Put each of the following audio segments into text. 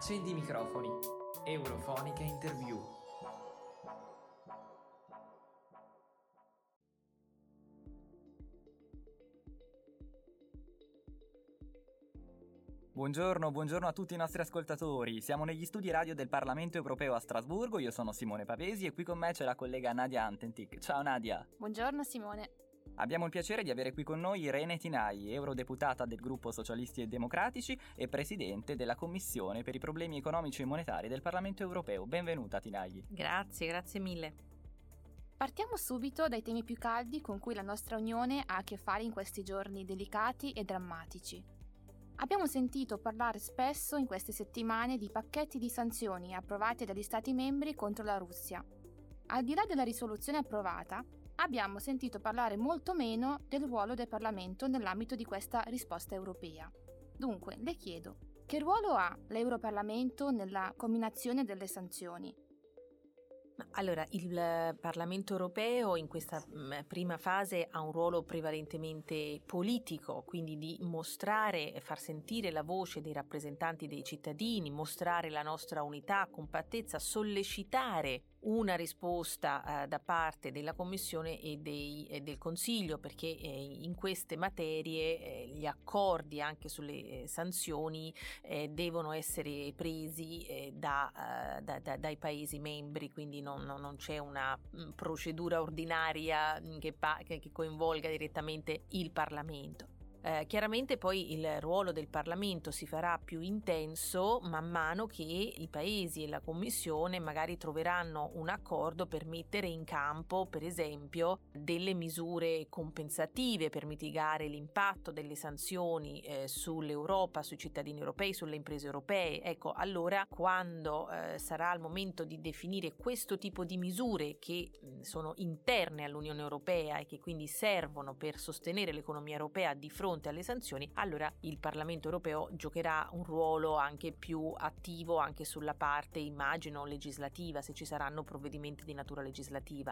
Accendi i microfoni. Eurofonica Interview. Buongiorno a tutti i nostri ascoltatori. Siamo negli studi radio del Parlamento Europeo a Strasburgo. Io sono Simone Pavesi e qui con me c'è la collega Nadia Antentic. Ciao Nadia. Buongiorno Simone. Abbiamo il piacere di avere qui con noi Irene Tinai, eurodeputata del gruppo Socialisti e Democratici e presidente della Commissione per i problemi economici e monetari del Parlamento Europeo. Benvenuta Tinai. Grazie mille. Partiamo subito dai temi più caldi con cui la nostra Unione ha a che fare in questi giorni delicati e drammatici. Abbiamo sentito parlare spesso in queste settimane di pacchetti di sanzioni approvati dagli Stati membri contro la Russia. Al di là della risoluzione approvata, abbiamo sentito parlare molto meno del ruolo del Parlamento nell'ambito di questa risposta europea. Dunque, le chiedo, che ruolo ha l'Europarlamento nella comminazione delle sanzioni? Allora, il Parlamento europeo in questa prima fase ha un ruolo prevalentemente politico, quindi di mostrare e far sentire la voce dei rappresentanti dei cittadini, mostrare la nostra unità, compattezza, sollecitare una risposta da parte della Commissione e del Consiglio, perché in queste materie gli accordi anche sulle sanzioni devono essere presi dai Paesi membri, quindi non c'è una procedura ordinaria che coinvolga direttamente il Parlamento. Chiaramente poi il ruolo del Parlamento si farà più intenso man mano che i Paesi e la Commissione magari troveranno un accordo per mettere in campo, per esempio, delle misure compensative per mitigare l'impatto delle sanzioni sull'Europa, sui cittadini europei, sulle imprese europee. Ecco, allora quando sarà il momento di definire questo tipo di misure che sono interne all'Unione Europea e che quindi servono per sostenere l'economia europea di fronte alle sanzioni, allora il Parlamento europeo giocherà un ruolo anche più attivo anche sulla parte, immagino, legislativa, se ci saranno provvedimenti di natura legislativa.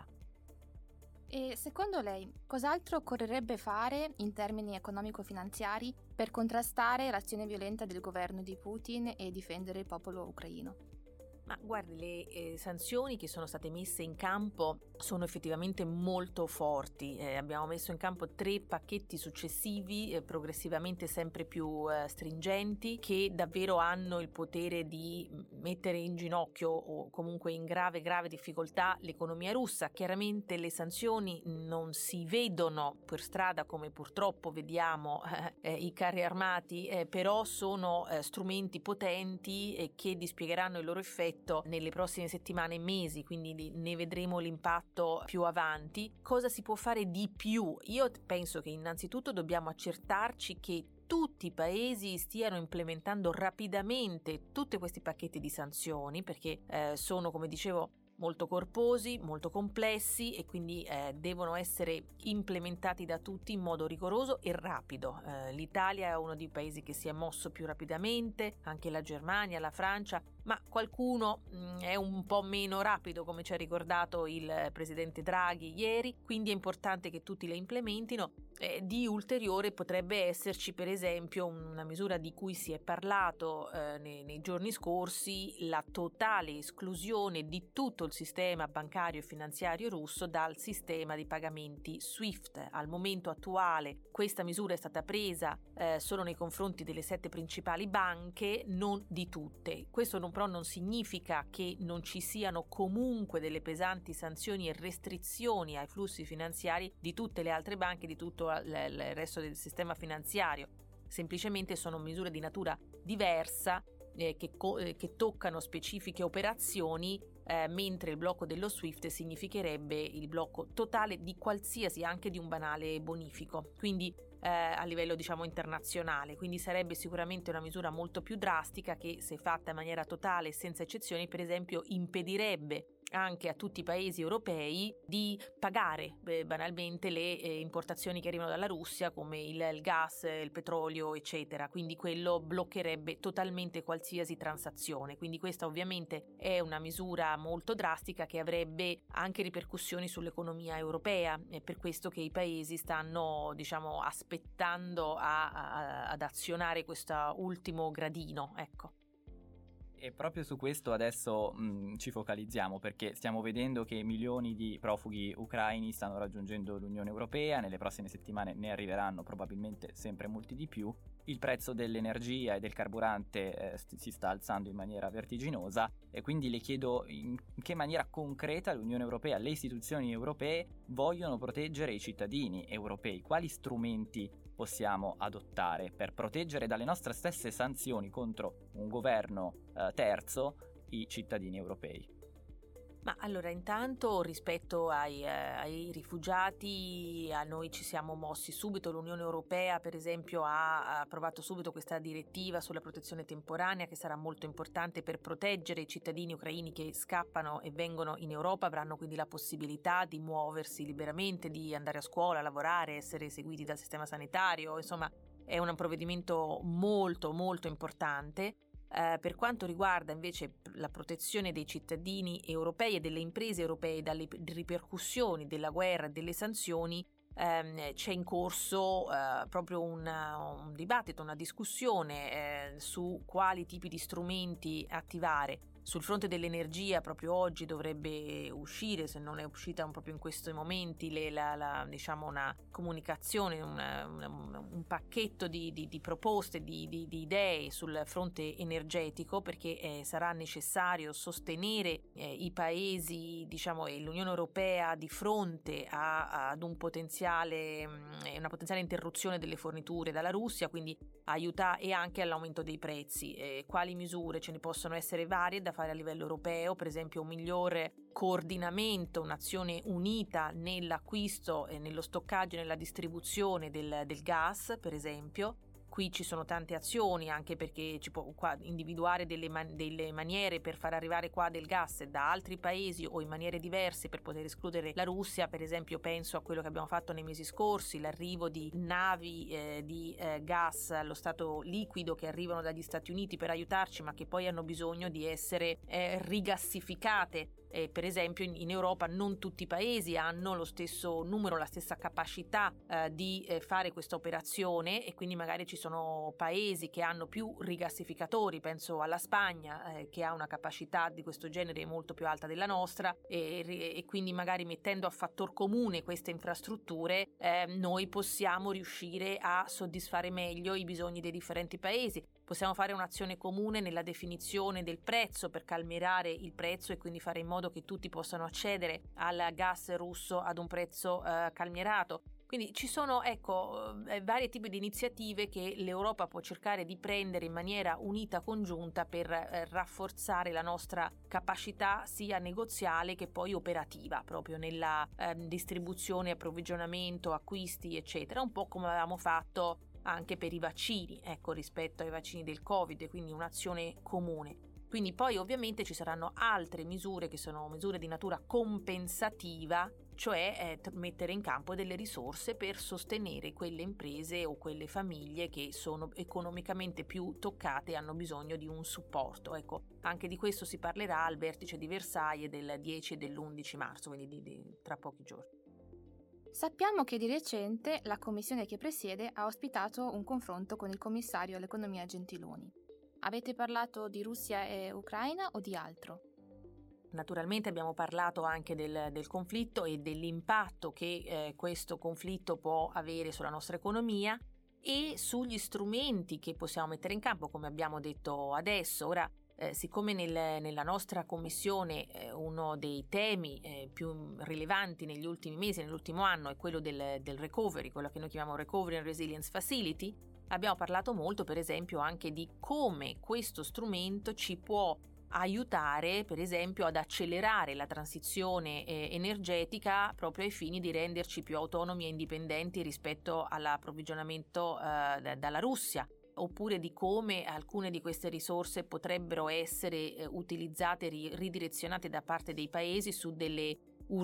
E secondo lei, cos'altro occorrerebbe fare in termini economico-finanziari per contrastare l'azione violenta del governo di Putin e difendere il popolo ucraino? Ma guardi, le sanzioni che sono state messe in campo sono effettivamente molto forti. Abbiamo messo in campo 3 pacchetti successivi, progressivamente sempre più stringenti, che davvero hanno il potere di mettere in ginocchio o comunque in grave difficoltà l'economia russa. Chiaramente le sanzioni non si vedono per strada come purtroppo vediamo i carri armati, però sono strumenti potenti che dispiegheranno il loro effetto nelle prossime settimane e mesi, quindi ne vedremo l'impatto più avanti. Cosa si può fare di più? Io penso che innanzitutto dobbiamo accertarci che tutti i paesi stiano implementando rapidamente tutti questi pacchetti di sanzioni, perché sono, come dicevo, molto corposi, molto complessi e quindi devono essere implementati da tutti in modo rigoroso e rapido. L'Italia è uno dei paesi che si è mosso più rapidamente, anche la Germania, la Francia, ma qualcuno è un po' meno rapido, come ci ha ricordato il presidente Draghi ieri, quindi è importante che tutti le implementino. Di ulteriore potrebbe esserci per esempio una misura di cui si è parlato nei giorni scorsi, la totale esclusione di tutto il sistema bancario e finanziario russo dal sistema di pagamenti SWIFT. Al momento attuale questa misura è stata presa solo nei confronti delle 7 principali banche, non di tutte. Questo però non significa che non ci siano comunque delle pesanti sanzioni e restrizioni ai flussi finanziari di tutte le altre banche, di tutto il resto del sistema finanziario. Semplicemente sono misure di natura diversa che toccano specifiche operazioni, mentre il blocco dello SWIFT significherebbe il blocco totale di qualsiasi, anche di un banale bonifico, quindi a livello internazionale. Quindi sarebbe sicuramente una misura molto più drastica che, se fatta in maniera totale e senza eccezioni, per esempio impedirebbe anche a tutti i paesi europei di pagare banalmente le importazioni che arrivano dalla Russia, come il gas, il petrolio, eccetera. Quindi quello bloccherebbe totalmente qualsiasi transazione. Quindi questa ovviamente è una misura molto drastica che avrebbe anche ripercussioni sull'economia europea. È per questo che i paesi stanno, aspettando ad azionare questo ultimo gradino, ecco. E proprio su questo adesso ci focalizziamo, perché stiamo vedendo che milioni di profughi ucraini stanno raggiungendo l'Unione Europea, nelle prossime settimane ne arriveranno probabilmente sempre molti di più. Il prezzo dell'energia e del carburante si sta alzando in maniera vertiginosa, e quindi le chiedo in che maniera concreta l'Unione Europea, le istituzioni europee vogliono proteggere i cittadini europei. Quali strumenti possiamo adottare per proteggere dalle nostre stesse sanzioni contro un governo terzo i cittadini europei? Ma allora, intanto rispetto ai rifugiati, a noi ci siamo mossi subito. L'Unione Europea, per esempio, ha approvato subito questa direttiva sulla protezione temporanea, che sarà molto importante per proteggere i cittadini ucraini che scappano e vengono in Europa. Avranno quindi la possibilità di muoversi liberamente, di andare a scuola, lavorare, essere seguiti dal sistema sanitario. Insomma, è un provvedimento molto molto importante. Per quanto riguarda invece la protezione dei cittadini europei e delle imprese europee dalle ripercussioni della guerra e delle sanzioni, c'è in corso proprio un dibattito, una discussione su quali tipi di strumenti attivare. Sul fronte dell'energia proprio oggi dovrebbe uscire, se non è uscita proprio in questi momenti, diciamo una comunicazione, un pacchetto di proposte, di idee sul fronte energetico, perché sarà necessario sostenere i paesi, diciamo, e l'Unione Europea di fronte ad una potenziale interruzione delle forniture dalla Russia, quindi aiuta, e anche all'aumento dei prezzi. Quali misure? Ce ne possono essere varie da fare a livello europeo, per esempio un migliore coordinamento, un'azione unita nell'acquisto e nello stoccaggio e nella distribuzione del gas, per esempio. Qui ci sono tante azioni, anche perché ci può individuare delle maniere per far arrivare qua del gas da altri paesi o in maniere diverse per poter escludere la Russia. Per esempio penso a quello che abbiamo fatto nei mesi scorsi, l'arrivo di navi di gas allo stato liquido che arrivano dagli Stati Uniti per aiutarci, ma che poi hanno bisogno di essere rigassificate. Per esempio in Europa non tutti i paesi hanno lo stesso numero, la stessa capacità di fare questa operazione, e quindi magari ci sono paesi che hanno più rigassificatori. Penso alla Spagna che ha una capacità di questo genere molto più alta della nostra, e quindi magari mettendo a fattor comune queste infrastrutture noi possiamo riuscire a soddisfare meglio i bisogni dei differenti paesi. Possiamo fare un'azione comune nella definizione del prezzo per calmierare il prezzo e quindi fare in modo che tutti possano accedere al gas russo ad un prezzo calmierato. Quindi ci sono vari tipi di iniziative che l'Europa può cercare di prendere in maniera unita, congiunta, per rafforzare la nostra capacità sia negoziale che poi operativa, proprio nella distribuzione, approvvigionamento, acquisti, eccetera, un po' come avevamo fatto anche per i vaccini, rispetto ai vaccini del Covid, quindi un'azione comune. Quindi poi ovviamente ci saranno altre misure che sono misure di natura compensativa, cioè mettere in campo delle risorse per sostenere quelle imprese o quelle famiglie che sono economicamente più toccate e hanno bisogno di un supporto. Anche di questo si parlerà al vertice di Versailles del 10 e dell'11 marzo, quindi tra pochi giorni. Sappiamo che di recente la commissione che presiede ha ospitato un confronto con il commissario all'economia Gentiloni. Avete parlato di Russia e Ucraina o di altro? Naturalmente abbiamo parlato anche del conflitto e dell'impatto che questo conflitto può avere sulla nostra economia e sugli strumenti che possiamo mettere in campo, come abbiamo detto adesso. Ora, siccome nella nostra commissione uno dei temi più rilevanti negli ultimi mesi, nell'ultimo anno, è quello del recovery, quello che noi chiamiamo Recovery and Resilience Facility, abbiamo parlato molto, per esempio, anche di come questo strumento ci può aiutare, per esempio, ad accelerare la transizione energetica proprio ai fini di renderci più autonomi e indipendenti rispetto all'approvvigionamento dalla Russia, oppure di come alcune di queste risorse potrebbero essere utilizzate e ridirezionate da parte dei paesi su delle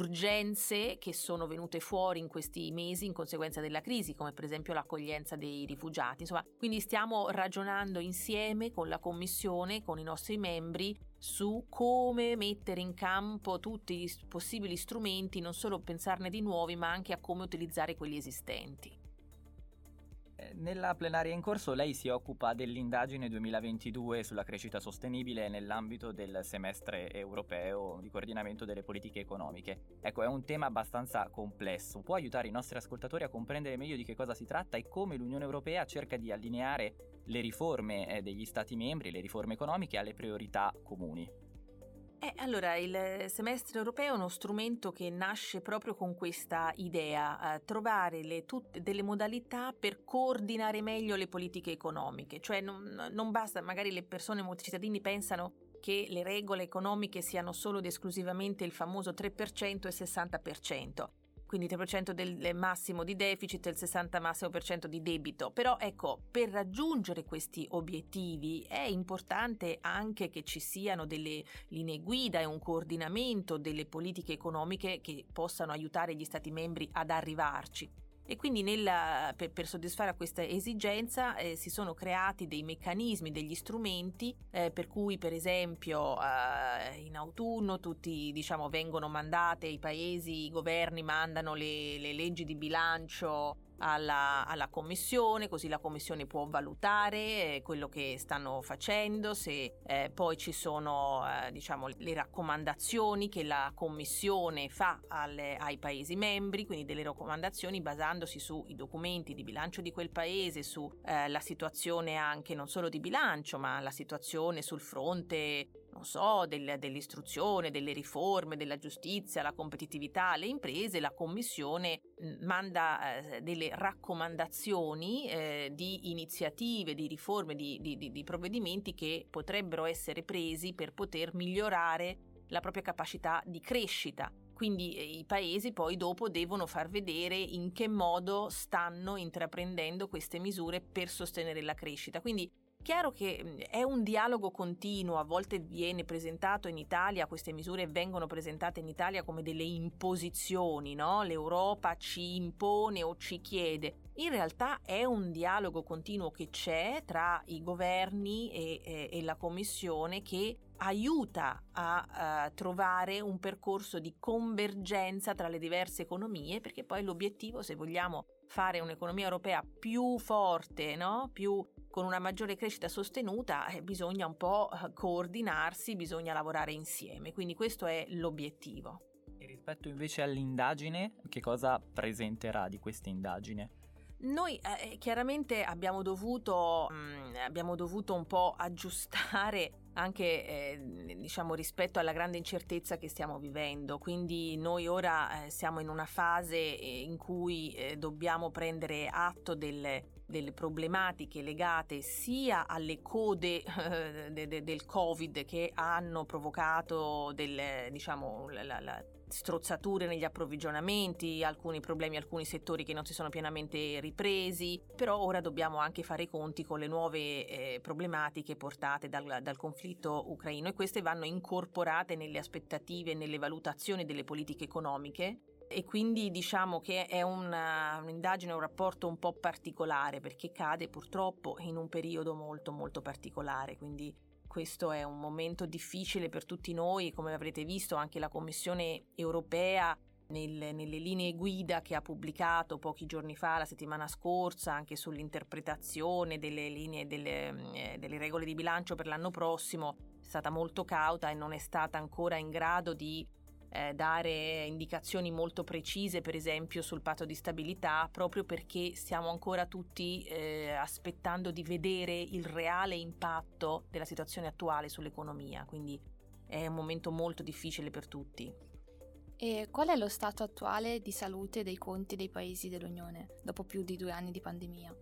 urgenze che sono venute fuori in questi mesi in conseguenza della crisi, come per esempio l'accoglienza dei rifugiati. Insomma, quindi stiamo ragionando insieme con la Commissione, con i nostri membri, su come mettere in campo tutti i possibili strumenti, non solo pensarne di nuovi, ma anche a come utilizzare quelli esistenti. Nella plenaria in corso lei si occupa dell'indagine 2022 sulla crescita sostenibile nell'ambito del semestre europeo di coordinamento delle politiche economiche. Ecco, è un tema abbastanza complesso. Può aiutare i nostri ascoltatori a comprendere meglio di che cosa si tratta e come l'Unione Europea cerca di allineare le riforme degli Stati membri, le riforme economiche, alle priorità comuni? Allora, il semestre europeo è uno strumento che nasce proprio con questa idea, trovare delle modalità per coordinare meglio le politiche economiche, cioè non basta, magari le persone, molti cittadini pensano che le regole economiche siano solo ed esclusivamente il famoso 3% e 60%. Quindi 3% del massimo di deficit e il 60% massimo per cento di debito. Però ecco, per raggiungere questi obiettivi è importante anche che ci siano delle linee guida e un coordinamento delle politiche economiche che possano aiutare gli Stati membri ad arrivarci. E quindi per soddisfare a questa esigenza si sono creati dei meccanismi, degli strumenti per cui per esempio in autunno tutti vengono mandate, i governi mandano le leggi di bilancio alla Commissione, così la Commissione può valutare quello che stanno facendo, se poi ci sono le raccomandazioni che la Commissione fa ai Paesi membri, quindi delle raccomandazioni basandosi sui documenti di bilancio di quel Paese, su la situazione anche non solo di bilancio, ma la situazione sul fronte dell'istruzione, delle riforme, della giustizia, la competitività alle imprese. La Commissione manda delle raccomandazioni di iniziative, di riforme, di provvedimenti che potrebbero essere presi per poter migliorare la propria capacità di crescita. Quindi i paesi poi dopo devono far vedere in che modo stanno intraprendendo queste misure per sostenere la crescita. Quindi chiaro che è un dialogo continuo, a volte viene presentato in Italia, queste misure vengono presentate in Italia come delle imposizioni, no? L'Europa ci impone o ci chiede. In realtà è un dialogo continuo che c'è tra i governi e la Commissione, che aiuta a trovare un percorso di convergenza tra le diverse economie, perché poi l'obiettivo, se vogliamo fare un'economia europea più forte, no? Con una maggiore crescita sostenuta, bisogna un po' coordinarsi, bisogna lavorare insieme, quindi questo è l'obiettivo. E rispetto invece all'indagine, che cosa presenterà di questa indagine? Noi chiaramente abbiamo dovuto un po' aggiustare anche rispetto alla grande incertezza che stiamo vivendo, quindi noi ora siamo in una fase in cui dobbiamo prendere atto delle problematiche legate sia alle code del Covid, che hanno provocato la strozzature negli approvvigionamenti, alcuni problemi, alcuni settori che non si sono pienamente ripresi, però ora dobbiamo anche fare i conti con le nuove problematiche portate dal conflitto ucraino, e queste vanno incorporate nelle aspettative e nelle valutazioni delle politiche economiche. E quindi diciamo che è un'indagine, un rapporto un po' particolare, perché cade purtroppo in un periodo molto molto particolare, quindi questo è un momento difficile per tutti noi. Come avrete visto, anche la Commissione europea nelle linee guida che ha pubblicato pochi giorni fa, la settimana scorsa, anche sull'interpretazione delle linee delle regole di bilancio per l'anno prossimo, è stata molto cauta e non è stata ancora in grado di dare indicazioni molto precise, per esempio sul patto di stabilità, proprio perché stiamo ancora tutti aspettando di vedere il reale impatto della situazione attuale sull'economia, quindi è un momento molto difficile per tutti. E qual è lo stato attuale di salute dei conti dei paesi dell'Unione dopo più di 2 anni di pandemia?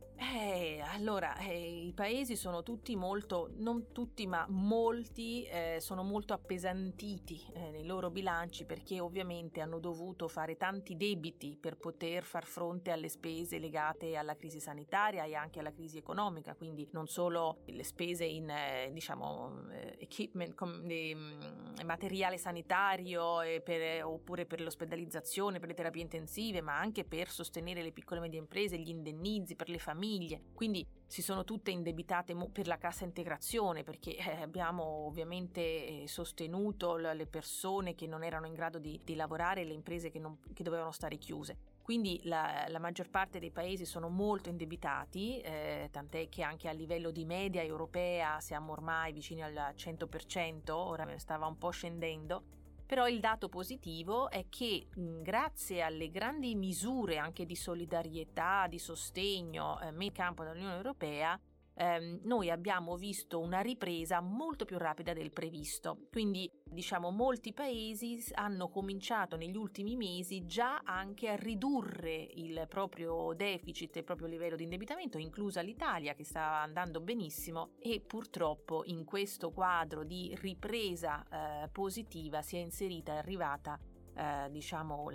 I paesi sono tutti molto, non tutti ma molti, sono molto appesantiti nei loro bilanci, perché ovviamente hanno dovuto fare tanti debiti per poter far fronte alle spese legate alla crisi sanitaria e anche alla crisi economica, quindi non solo le spese in equipment, materiale sanitario oppure per l'ospedalizzazione, per le terapie intensive, ma anche per sostenere le piccole e medie imprese, gli indennizi per le famiglie. Quindi si sono tutte indebitate per la cassa integrazione, perché abbiamo ovviamente sostenuto le persone che non erano in grado di lavorare e le imprese che dovevano stare chiuse. quindi la maggior parte dei paesi sono molto indebitati, tant'è che anche a livello di media europea siamo ormai vicini al 100%, ora stava un po' scendendo. Però il dato positivo è che grazie alle grandi misure anche di solidarietà, di sostegno in campo dell'Unione Europea, noi abbiamo visto una ripresa molto più rapida del previsto. Quindi diciamo molti paesi hanno cominciato negli ultimi mesi già anche a ridurre il proprio deficit e il proprio livello di indebitamento, inclusa l'Italia che sta andando benissimo, e purtroppo in questo quadro di ripresa positiva si è inserita e arrivata diciamo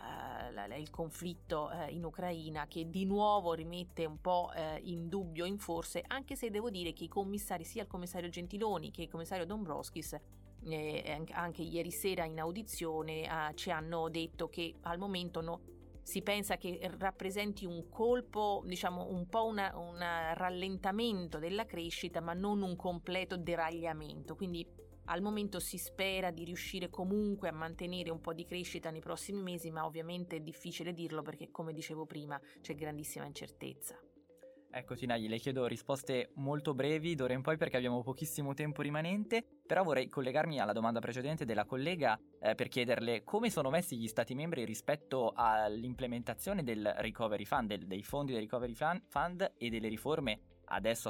il conflitto in Ucraina, che di nuovo rimette un po' in dubbio, in forse, anche se devo dire che i commissari, sia il commissario Gentiloni che il commissario Dombrovskis, anche ieri sera in audizione ci hanno detto che al momento si pensa che rappresenti un colpo, diciamo un po' un rallentamento della crescita, ma non un completo deragliamento. Quindi al momento si spera di riuscire comunque a mantenere un po' di crescita nei prossimi mesi, ma ovviamente è difficile dirlo perché, come dicevo prima, c'è grandissima incertezza. Ecco Tinagli, le chiedo risposte molto brevi d'ora in poi perché abbiamo pochissimo tempo rimanente, però vorrei collegarmi alla domanda precedente della collega per chiederle come sono messi gli Stati membri rispetto all'implementazione del Recovery Fund, dei fondi del Recovery Fund e delle riforme adesso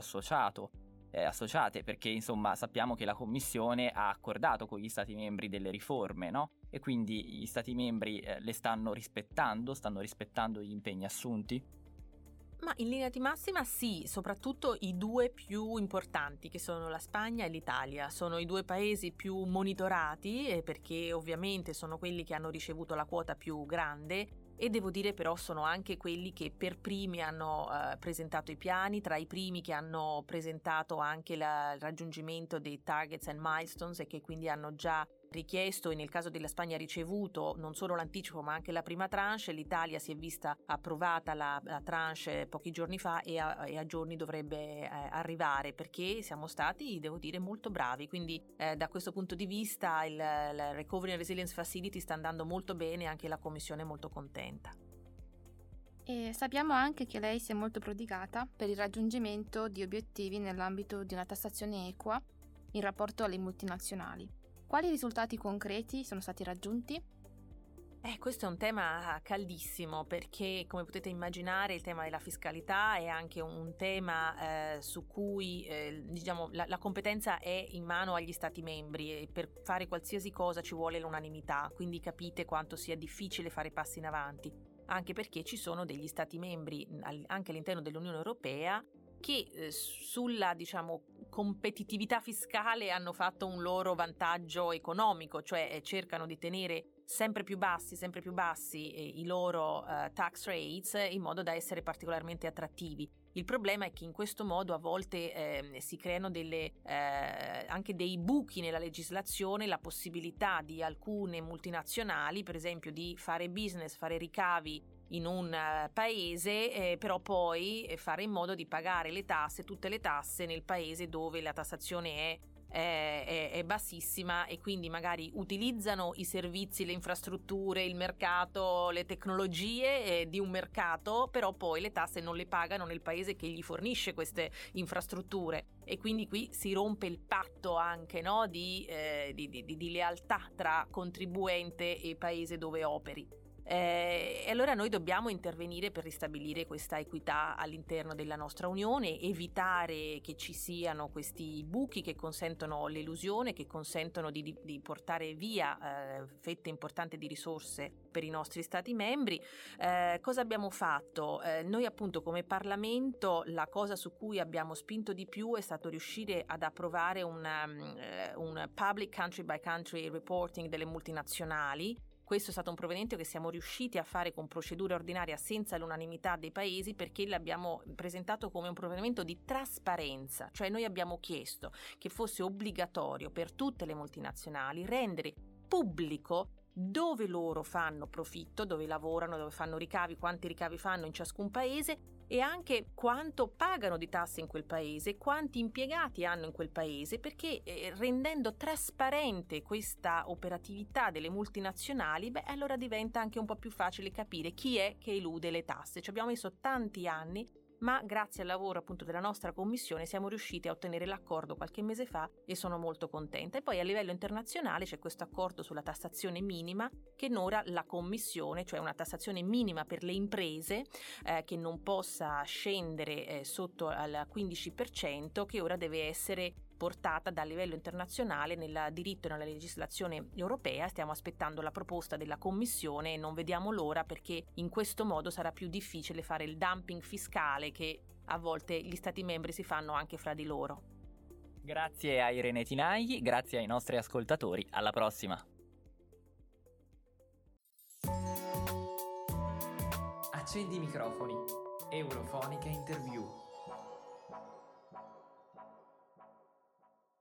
associate, perché insomma sappiamo che la Commissione ha accordato con gli Stati membri delle riforme, no? E quindi gli Stati membri le stanno rispettando gli impegni assunti? Ma in linea di massima sì, soprattutto i due più importanti, che sono la Spagna e l'Italia. Sono i due paesi più monitorati perché ovviamente sono quelli che hanno ricevuto la quota più grande, e devo dire però sono anche quelli che per primi hanno presentato i piani, tra i primi che hanno presentato anche il raggiungimento dei targets and milestones, e che quindi hanno già richiesto, e nel caso della Spagna ricevuto, non solo l'anticipo ma anche la prima tranche. L'Italia si è vista approvata la tranche pochi giorni fa e a giorni dovrebbe arrivare, perché siamo stati, devo dire, molto bravi. Quindi da questo punto di vista il Recovery and Resilience Facility sta andando molto bene, anche la Commissione è molto contenta. E sappiamo anche che lei si è molto prodigata per il raggiungimento di obiettivi nell'ambito di una tassazione equa in rapporto alle multinazionali. Quali risultati concreti sono stati raggiunti? Questo è un tema caldissimo, perché come potete immaginare il tema della fiscalità è anche un tema su cui diciamo la competenza è in mano agli Stati membri, e per fare qualsiasi cosa ci vuole l'unanimità, quindi capite quanto sia difficile fare passi in avanti, anche perché ci sono degli Stati membri anche all'interno dell'Unione Europea che sulla, diciamo, competitività fiscale hanno fatto un loro vantaggio economico, cioè cercano di tenere sempre più bassi i loro tax rates, in modo da essere particolarmente attrattivi. Il problema è che in questo modo a volte si creano anche dei buchi nella legislazione, la possibilità di alcune multinazionali, per esempio, di fare business, fare ricavi in un paese, però poi fare in modo di pagare tutte le tasse nel paese dove la tassazione è bassissima, e quindi magari utilizzano i servizi, le infrastrutture, il mercato, le tecnologie di un mercato, però poi le tasse non le pagano nel paese che gli fornisce queste infrastrutture, e quindi qui si rompe il patto anche, no, di lealtà tra contribuente e paese dove operi. E allora noi dobbiamo intervenire per ristabilire questa equità all'interno della nostra Unione, evitare che ci siano questi buchi che consentono l'elusione, che consentono di portare via fette importanti di risorse per i nostri Stati membri. Cosa abbiamo fatto? Noi appunto come Parlamento la cosa su cui abbiamo spinto di più è stato riuscire ad approvare un public country by country reporting delle multinazionali. Questo è stato un provvedimento che siamo riusciti a fare con procedura ordinaria senza l'unanimità dei paesi, perché l'abbiamo presentato come un provvedimento di trasparenza, cioè noi abbiamo chiesto che fosse obbligatorio per tutte le multinazionali rendere pubblico dove loro fanno profitto, dove lavorano, dove fanno ricavi, quanti ricavi fanno in ciascun paese, e anche quanto pagano di tasse in quel paese, quanti impiegati hanno in quel paese, perché rendendo trasparente questa operatività delle multinazionali, allora diventa anche un po' più facile capire chi è che elude le tasse. Ci abbiamo messo tanti anni, ma grazie al lavoro appunto della nostra commissione siamo riusciti a ottenere l'accordo qualche mese fa e sono molto contenta. E poi a livello internazionale c'è questo accordo sulla tassazione minima che ora la commissione, cioè una tassazione minima per le imprese che non possa scendere sotto al 15%, che ora deve essere portata dal livello internazionale nel diritto e nella legislazione europea. Stiamo aspettando la proposta della Commissione e non vediamo l'ora, perché in questo modo sarà più difficile fare il dumping fiscale che a volte gli Stati membri si fanno anche fra di loro. Grazie a Irene Tinagli, grazie ai nostri ascoltatori, alla prossima! Accendi i microfoni. Eurofonica Interview.